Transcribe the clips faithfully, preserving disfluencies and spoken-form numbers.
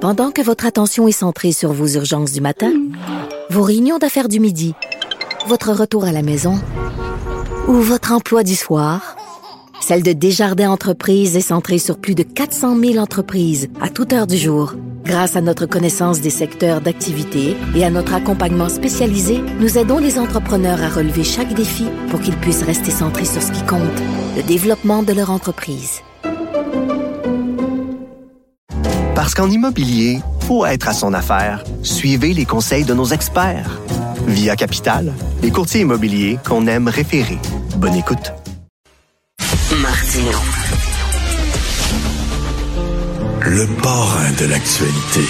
Pendant que votre attention est centrée sur vos urgences du matin, vos réunions d'affaires du midi, votre retour à la maison ou votre emploi du soir, celle de Desjardins Entreprises est centrée sur plus de quatre cent mille entreprises à toute heure du jour. Grâce à notre connaissance des secteurs d'activité et à notre accompagnement spécialisé, nous aidons les entrepreneurs à relever chaque défi pour qu'ils puissent rester centrés sur ce qui compte, le développement de leur entreprise. Parce qu'en immobilier, faut être à son affaire. Suivez les conseils de nos experts. Via Capital, les courtiers immobiliers qu'on aime référer. Bonne écoute. Martino. Le parrain de l'actualité.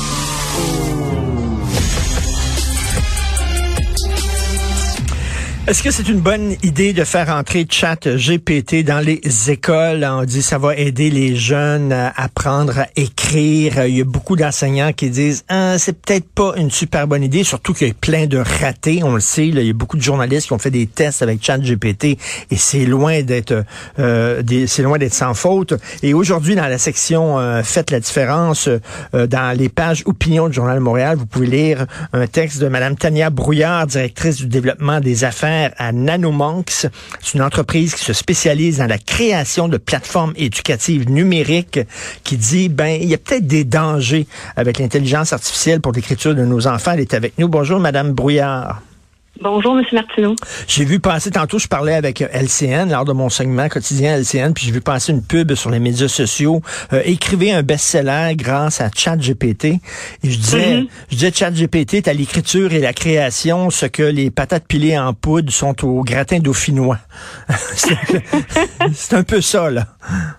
Est-ce que c'est une bonne idée de faire entrer ChatGPT dans les écoles? On dit que ça va aider les jeunes à apprendre à écrire. Il y a beaucoup d'enseignants qui disent ah, c'est peut-être pas une super bonne idée, surtout qu'il y a plein de ratés. On le sait, là, il y a beaucoup de journalistes qui ont fait des tests avec ChatGPT et c'est loin d'être euh, des, c'est loin d'être sans faute. Et aujourd'hui, dans la section euh, Faites la différence, euh, dans les pages Opinion du Journal de Montréal, vous pouvez lire un texte de Mme Tania Brouillard, directrice du développement des affaires à Nanomonks. C'est une entreprise qui se spécialise dans la création de plateformes éducatives numériques, qui dit, ben, il y a peut-être des dangers avec l'intelligence artificielle pour l'écriture de nos enfants. Elle est avec nous. Bonjour, Madame Brouillard. Bonjour, M. Martineau. J'ai vu passer, tantôt, je parlais avec L C N lors de mon segment quotidien L C N, puis j'ai vu passer une pub sur les médias sociaux. Euh, écrivez un best-seller grâce à ChatGPT. Et je disais, mm-hmm. je disais ChatGPT est à l'écriture et la création, ce que les patates pilées en poudre sont au gratin dauphinois. c'est, c'est un peu ça, là.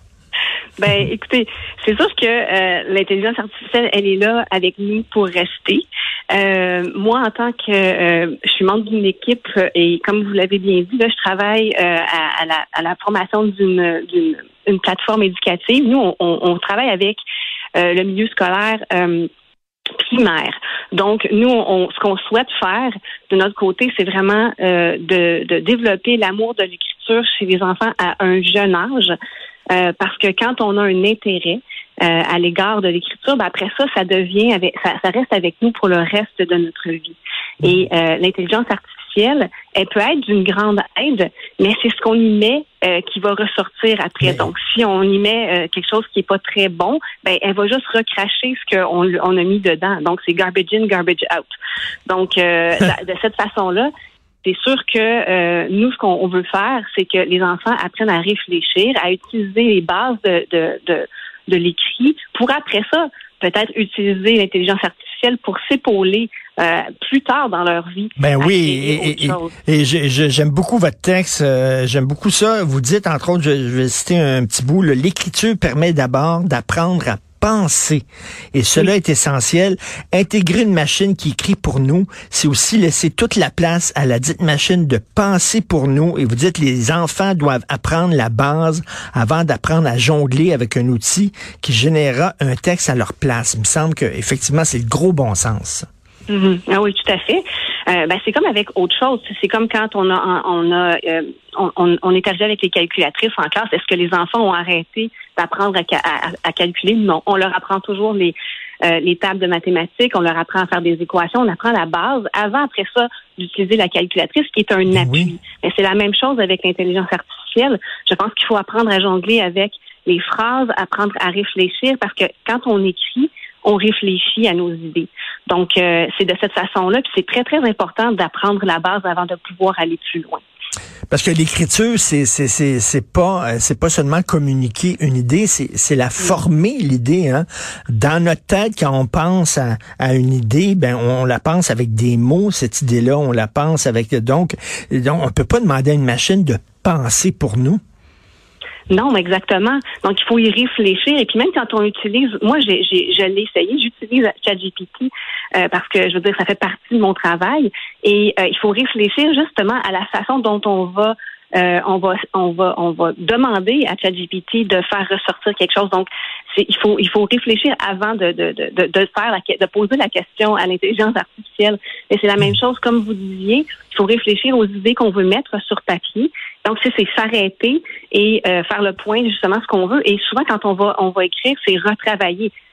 Ben, écoutez, c'est sûr que euh, l'intelligence artificielle, elle est là avec nous pour rester. Euh, moi, en tant que euh, je suis membre d'une équipe et comme vous l'avez bien dit, là, je travaille euh, à, à, la, à la formation d'une, d'une une plateforme éducative. Nous, on, on, on travaille avec euh, le milieu scolaire euh, primaire. Donc, nous, on, ce qu'on souhaite faire de notre côté, c'est vraiment euh, de, de développer l'amour de l'écriture chez les enfants à un jeune âge. Euh, parce que quand on a un intérêt euh, à l'égard de l'écriture, ben après ça, ça devient avec, ça, ça reste avec nous pour le reste de notre vie. Et euh, l'intelligence artificielle, elle peut être d'une grande aide, mais c'est ce qu'on y met euh, qui va ressortir après. Donc, si on y met euh, quelque chose qui est pas très bon, ben elle va juste recracher ce qu'on on a mis dedans. Donc, c'est garbage in, garbage out. Donc, euh, de cette façon-là, c'est sûr que euh, nous, ce qu'on veut faire, c'est que les enfants apprennent à réfléchir, à utiliser les bases de, de, de, de l'écrit pour après ça, peut-être utiliser l'intelligence artificielle pour s'épauler euh, plus tard dans leur vie. Ben oui, et, et, et, et j'aime beaucoup votre texte, euh, j'aime beaucoup ça. Vous dites, entre autres, je, je vais citer un petit bout, là, l'écriture permet d'abord d'apprendre à penser. Et cela est essentiel. Intégrer une machine qui écrit pour nous, c'est aussi laisser toute la place à la dite machine de penser pour nous. Et vous dites, les enfants doivent apprendre la base avant d'apprendre à jongler avec un outil qui générera un texte à leur place. Il me semble que effectivement, c'est le gros bon sens. Mm-hmm. Ah oui, tout à fait. Euh, ben c'est comme avec autre chose. C'est comme quand on a, on a, euh, on, on est arrivé avec les calculatrices en classe. Est-ce que les enfants ont arrêté d'apprendre à, à, à calculer? Non. On leur apprend toujours les, euh, les tables de mathématiques. On leur apprend à faire des équations. On apprend la base avant, après ça, d'utiliser la calculatrice, qui est un oui. appui. Mais c'est la même chose avec l'intelligence artificielle. Je pense qu'il faut apprendre à jongler avec les phrases, apprendre à réfléchir, parce que quand on écrit, on réfléchit à nos idées. Donc, euh, c'est de cette façon-là, puis c'est très, très important d'apprendre la base avant de pouvoir aller plus loin. Parce que l'écriture, c'est c'est c'est c'est pas c'est pas seulement communiquer une idée, c'est c'est la former l'idée. Hein. Dans notre tête, quand on pense à, à une idée, ben on, on la pense avec des mots. Cette idée-là, on la pense avec donc donc on peut pas demander à une machine de penser pour nous. Non, exactement. Donc, il faut y réfléchir. Et puis même quand on utilise, moi, j'ai, j'ai, je l'ai essayé, j'utilise ChatGPT euh, parce que, je veux dire, ça fait partie de mon travail. Et euh, il faut réfléchir justement à la façon dont on va, euh, on va, on va, on va demander à ChatGPT de faire ressortir quelque chose. Donc, c'est, il faut, il faut réfléchir avant de, de, de, de, de faire, la, de poser la question à l'intelligence artificielle. Et c'est la même chose, comme vous disiez, il faut réfléchir aux idées qu'on veut mettre sur papier. Donc, c'est, c'est s'arrêter et euh, faire le point, justement, ce qu'on veut. Et souvent, quand on va on va écrire, c'est retravailler.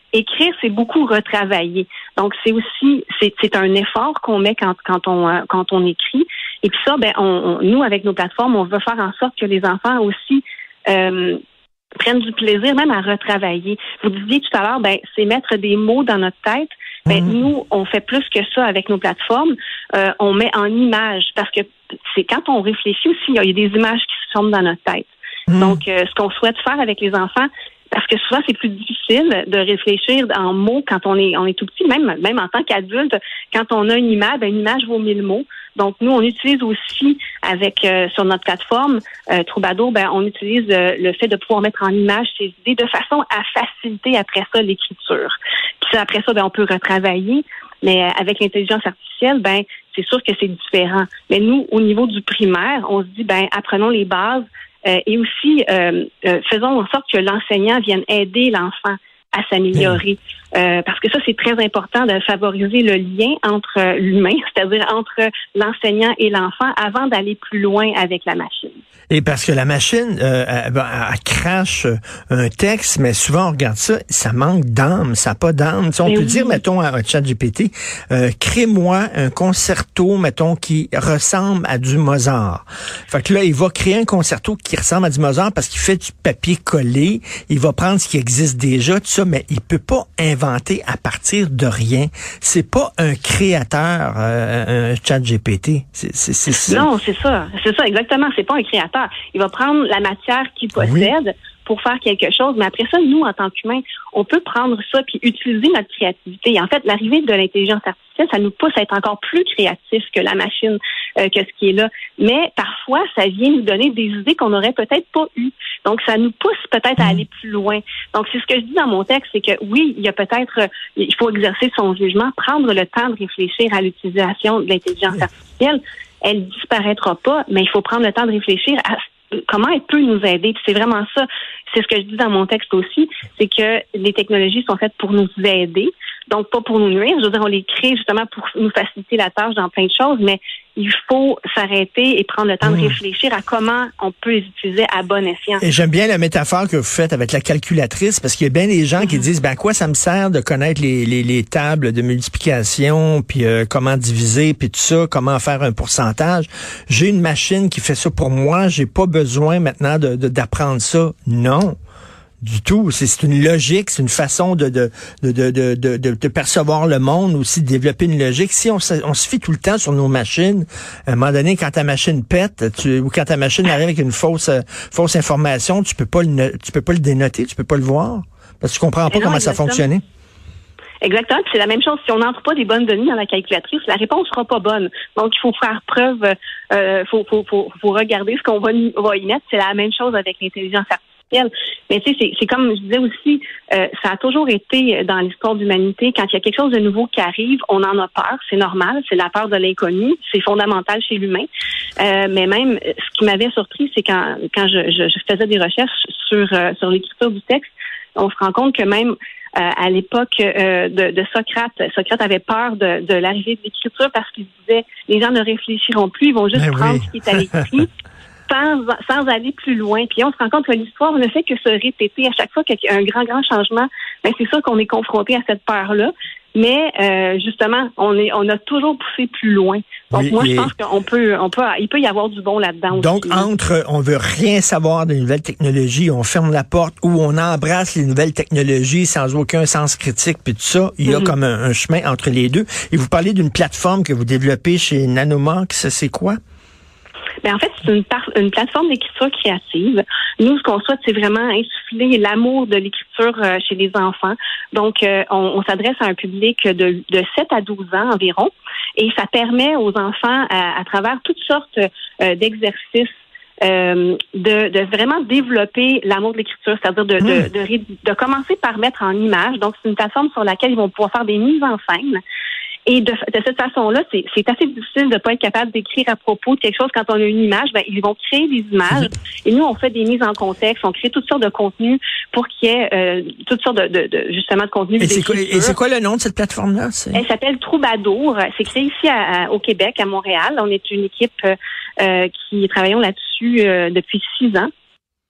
écrire, c'est beaucoup retravailler. Donc, c'est aussi, c'est, c'est un effort qu'on met quand, quand on, euh, quand on écrit. Et puis ça, ben, on, on, nous, avec nos plateformes, on veut faire en sorte que les enfants aussi euh, prennent du plaisir même à retravailler. Vous disiez tout à l'heure, ben, c'est mettre des mots dans notre tête. Ben, mmh. nous, on fait plus que ça avec nos plateformes. Euh, on met en images parce que c'est quand on réfléchit aussi, il y a des images qui se forment dans notre tête. Mmh. Donc, euh, ce qu'on souhaite faire avec les enfants, parce que souvent, c'est plus difficile de réfléchir en mots quand on est on est tout petit, même même en tant qu'adulte, quand on a une image, ben, une image vaut mille mots. Donc, nous, on utilise aussi avec euh, sur notre plateforme euh, Troubadour, ben, on utilise euh, le fait de pouvoir mettre en image ces idées de façon à faciliter après ça l'écriture. Puis après ça, ben, on peut retravailler. Mais euh, avec l'intelligence artificielle, ben, c'est sûr que c'est différent. Mais nous, au niveau du primaire, on se dit, ben, apprenons les bases. Euh, et aussi, euh, euh, faisons en sorte que l'enseignant vienne aider l'enfant à s'améliorer. Euh, parce que ça, c'est très important de favoriser le lien entre euh, l'humain, c'est-à-dire entre l'enseignant et l'enfant, avant d'aller plus loin avec la machine. Et parce que la machine, euh, elle, elle crache un texte, mais souvent on regarde ça, ça manque d'âme, ça n'a pas d'âme. Tu sais, on mais peut oui. dire, mettons, à un ChatGPT, euh, crée-moi un concerto, mettons, qui ressemble à du Mozart. Fait que là, il va créer un concerto qui ressemble à du Mozart parce qu'il fait du papier collé, il va prendre ce qui existe déjà, tout ça, mais il peut pas inventer à partir de rien. C'est pas un créateur, euh, un ChatGPT. C'est, c'est, c'est ça. Non, c'est ça. C'est ça, exactement. C'est pas un créateur. Il va prendre la matière qu'il possède oui. pour faire quelque chose. Mais après ça, nous, en tant qu'humains, on peut prendre ça puis utiliser notre créativité. Et en fait, l'arrivée de l'intelligence artificielle, ça nous pousse à être encore plus créatifs que la machine, euh, que ce qui est là. Mais parfois, ça vient nous donner des idées qu'on n'aurait peut-être pas eues. Donc, ça nous pousse peut-être à aller plus loin. Donc, c'est ce que je dis dans mon texte, c'est que oui, il y a peut-être, euh, il faut exercer son jugement, prendre le temps de réfléchir à l'utilisation de l'intelligence artificielle. Elle disparaîtra pas, mais il faut prendre le temps de réfléchir à comment elle peut nous aider. Puis c'est vraiment ça. C'est ce que je dis dans mon texte aussi, c'est que les technologies sont faites pour nous aider, donc pas pour nous nuire. Je veux dire, on les crée justement pour nous faciliter la tâche dans plein de choses, mais il faut s'arrêter et prendre le temps mmh. de réfléchir à comment on peut les utiliser à bon escient. Et j'aime bien la métaphore que vous faites avec la calculatrice, parce qu'il y a bien des gens mmh. qui disent, ben à quoi ça me sert de connaître les, les, les tables de multiplication, puis euh, comment diviser, puis tout ça, comment faire un pourcentage. J'ai une machine qui fait ça pour moi, j'ai pas besoin maintenant de, de d'apprendre ça. Non. Du tout. C'est, c'est une logique, c'est une façon de, de, de, de, de, de, de percevoir le monde, aussi de développer une logique. Si on se, on se fie tout le temps sur nos machines, à un moment donné, quand ta machine pète, tu, ou quand ta machine arrive avec une fausse, euh, fausse information, tu peux pas le, tu peux pas le dénoter, tu peux pas le voir. Parce que tu comprends pas non, comment exactement. ça fonctionnait. Exactement. Puis c'est la même chose. Si on n'entre pas des bonnes données dans la calculatrice, la réponse sera pas bonne. Donc, il faut faire preuve, euh, faut, faut, faut, faut regarder ce qu'on va, va y mettre. C'est la même chose avec l'intelligence artificielle. Mais tu sais, c'est, c'est comme je disais aussi, euh, ça a toujours été dans l'histoire de l'humanité, quand il y a quelque chose de nouveau qui arrive, on en a peur, c'est normal, c'est la peur de l'inconnu, c'est fondamental chez l'humain. Euh, mais même, ce qui m'avait surpris, c'est quand quand je, je, je faisais des recherches sur euh, sur l'écriture du texte, on se rend compte que même euh, à l'époque euh, de, de Socrate, Socrate avait peur de, de l'arrivée de l'écriture parce qu'il disait, les gens ne réfléchiront plus, ils vont juste ben prendre oui. ce qui est à l'écrit. Sans, sans aller plus loin. Puis on se rend compte que l'histoire ne fait que se répéter. À chaque fois qu'il y a un grand, grand changement, ben c'est sûr qu'on est confronté à cette peur-là. Mais euh, justement, on est, on a toujours poussé plus loin. Donc oui, moi, je pense qu'on peut, on peut, il peut y avoir du bon là-dedans. Donc aussi. entre, on veut rien savoir des nouvelles technologies, on ferme la porte, ou on embrasse les nouvelles technologies sans aucun sens critique, puis tout ça, il y a mm-hmm. comme un, un chemin entre les deux. Et vous parlez d'une plateforme que vous développez chez Nanomox, c'est quoi? Mais en fait, c'est une, par- une plateforme d'écriture créative. Nous, ce qu'on souhaite, c'est vraiment insuffler l'amour de l'écriture euh, chez les enfants. Donc, euh, on, on s'adresse à un public de, de sept à douze ans environ. Et ça permet aux enfants, à, à travers toutes sortes euh, d'exercices, euh, de, de vraiment développer l'amour de l'écriture, c'est-à-dire de, mmh. de, de, de commencer par mettre en image. Donc, c'est une plateforme sur laquelle ils vont pouvoir faire des mises en scène. Et de, de cette façon-là, c'est, c'est assez difficile de ne pas être capable d'écrire à propos de quelque chose quand on a une image. Ben, ils vont créer des images. Et nous, on fait des mises en contexte. On crée toutes sortes de contenus pour qu'il y ait euh, toutes sortes de, de, de justement de contenus. Et c'est, quoi, et c'est quoi le nom de cette plateforme-là? C'est... Elle s'appelle Troubadour. C'est créé ici à, à, au Québec, à Montréal. On est une équipe euh, qui travaillons là-dessus euh, depuis six ans.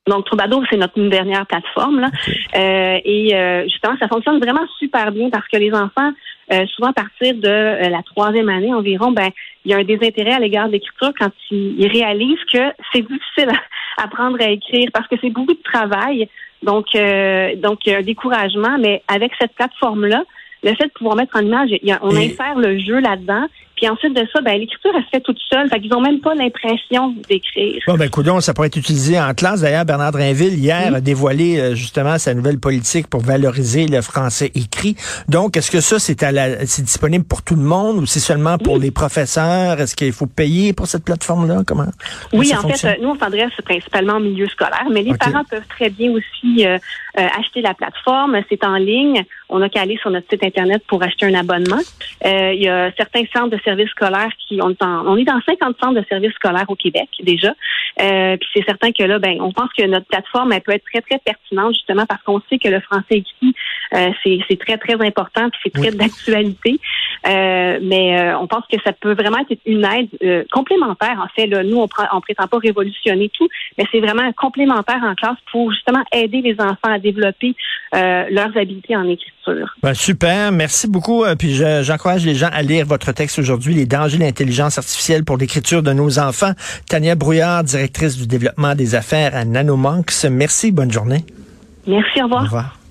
Donc, Troubadour, c'est notre dernière plateforme, là. Okay. Euh, et euh, justement, ça fonctionne vraiment super bien parce que les enfants, euh, souvent à partir de euh, la troisième année environ, ben, il y a un désintérêt à l'égard de l'écriture quand ils, ils réalisent que c'est difficile à apprendre à écrire parce que c'est beaucoup de travail. Donc, euh, donc il y a un découragement, mais avec cette plateforme-là, le fait de pouvoir mettre en image, il y a, on et... insère le jeu là-dedans. Puis ensuite de ça, ben l'écriture, elle se fait toute seule. Fait qu'ils n'ont même pas l'impression d'écrire. Bon, ben, coudonc, ça pourrait être utilisé en classe. D'ailleurs, Bernard Drinville, hier, oui. a dévoilé euh, justement sa nouvelle politique pour valoriser le français écrit. Donc, est-ce que ça, c'est à la, c'est disponible pour tout le monde ou c'est seulement pour oui. les professeurs? Est-ce qu'il faut payer pour cette plateforme-là? Comment? Oui, en fonctionne? fait, nous, on s'adresse principalement au milieu scolaire, mais les okay. parents peuvent très bien aussi euh, euh, acheter la plateforme. C'est en ligne. On n'a qu'à aller sur notre site Internet pour acheter un abonnement. Euh, il y a certains centres de services scolaires qui on est en, on est dans cinquante centres de services scolaires au Québec déjà. Euh, puis c'est certain que là, ben, on pense que notre plateforme elle peut être très très pertinente justement parce qu'on sait que le français écrit euh, c'est c'est très très important puis c'est très oui. d'actualité. Euh, mais euh, on pense que ça peut vraiment être une aide euh, complémentaire. En fait, là, nous on prend, on prétend pas révolutionner tout, mais c'est vraiment complémentaire en classe pour justement aider les enfants à développer euh, leurs habiletés en écriture. Ben, super, merci beaucoup. Puis je, j'encourage les gens à lire votre texte aujourd'hui, Les dangers de l'intelligence artificielle pour l'écriture de nos enfants. Tania Brouillard, directrice du développement des affaires à Nanomonks. Merci, bonne journée. Merci, au revoir. Au revoir.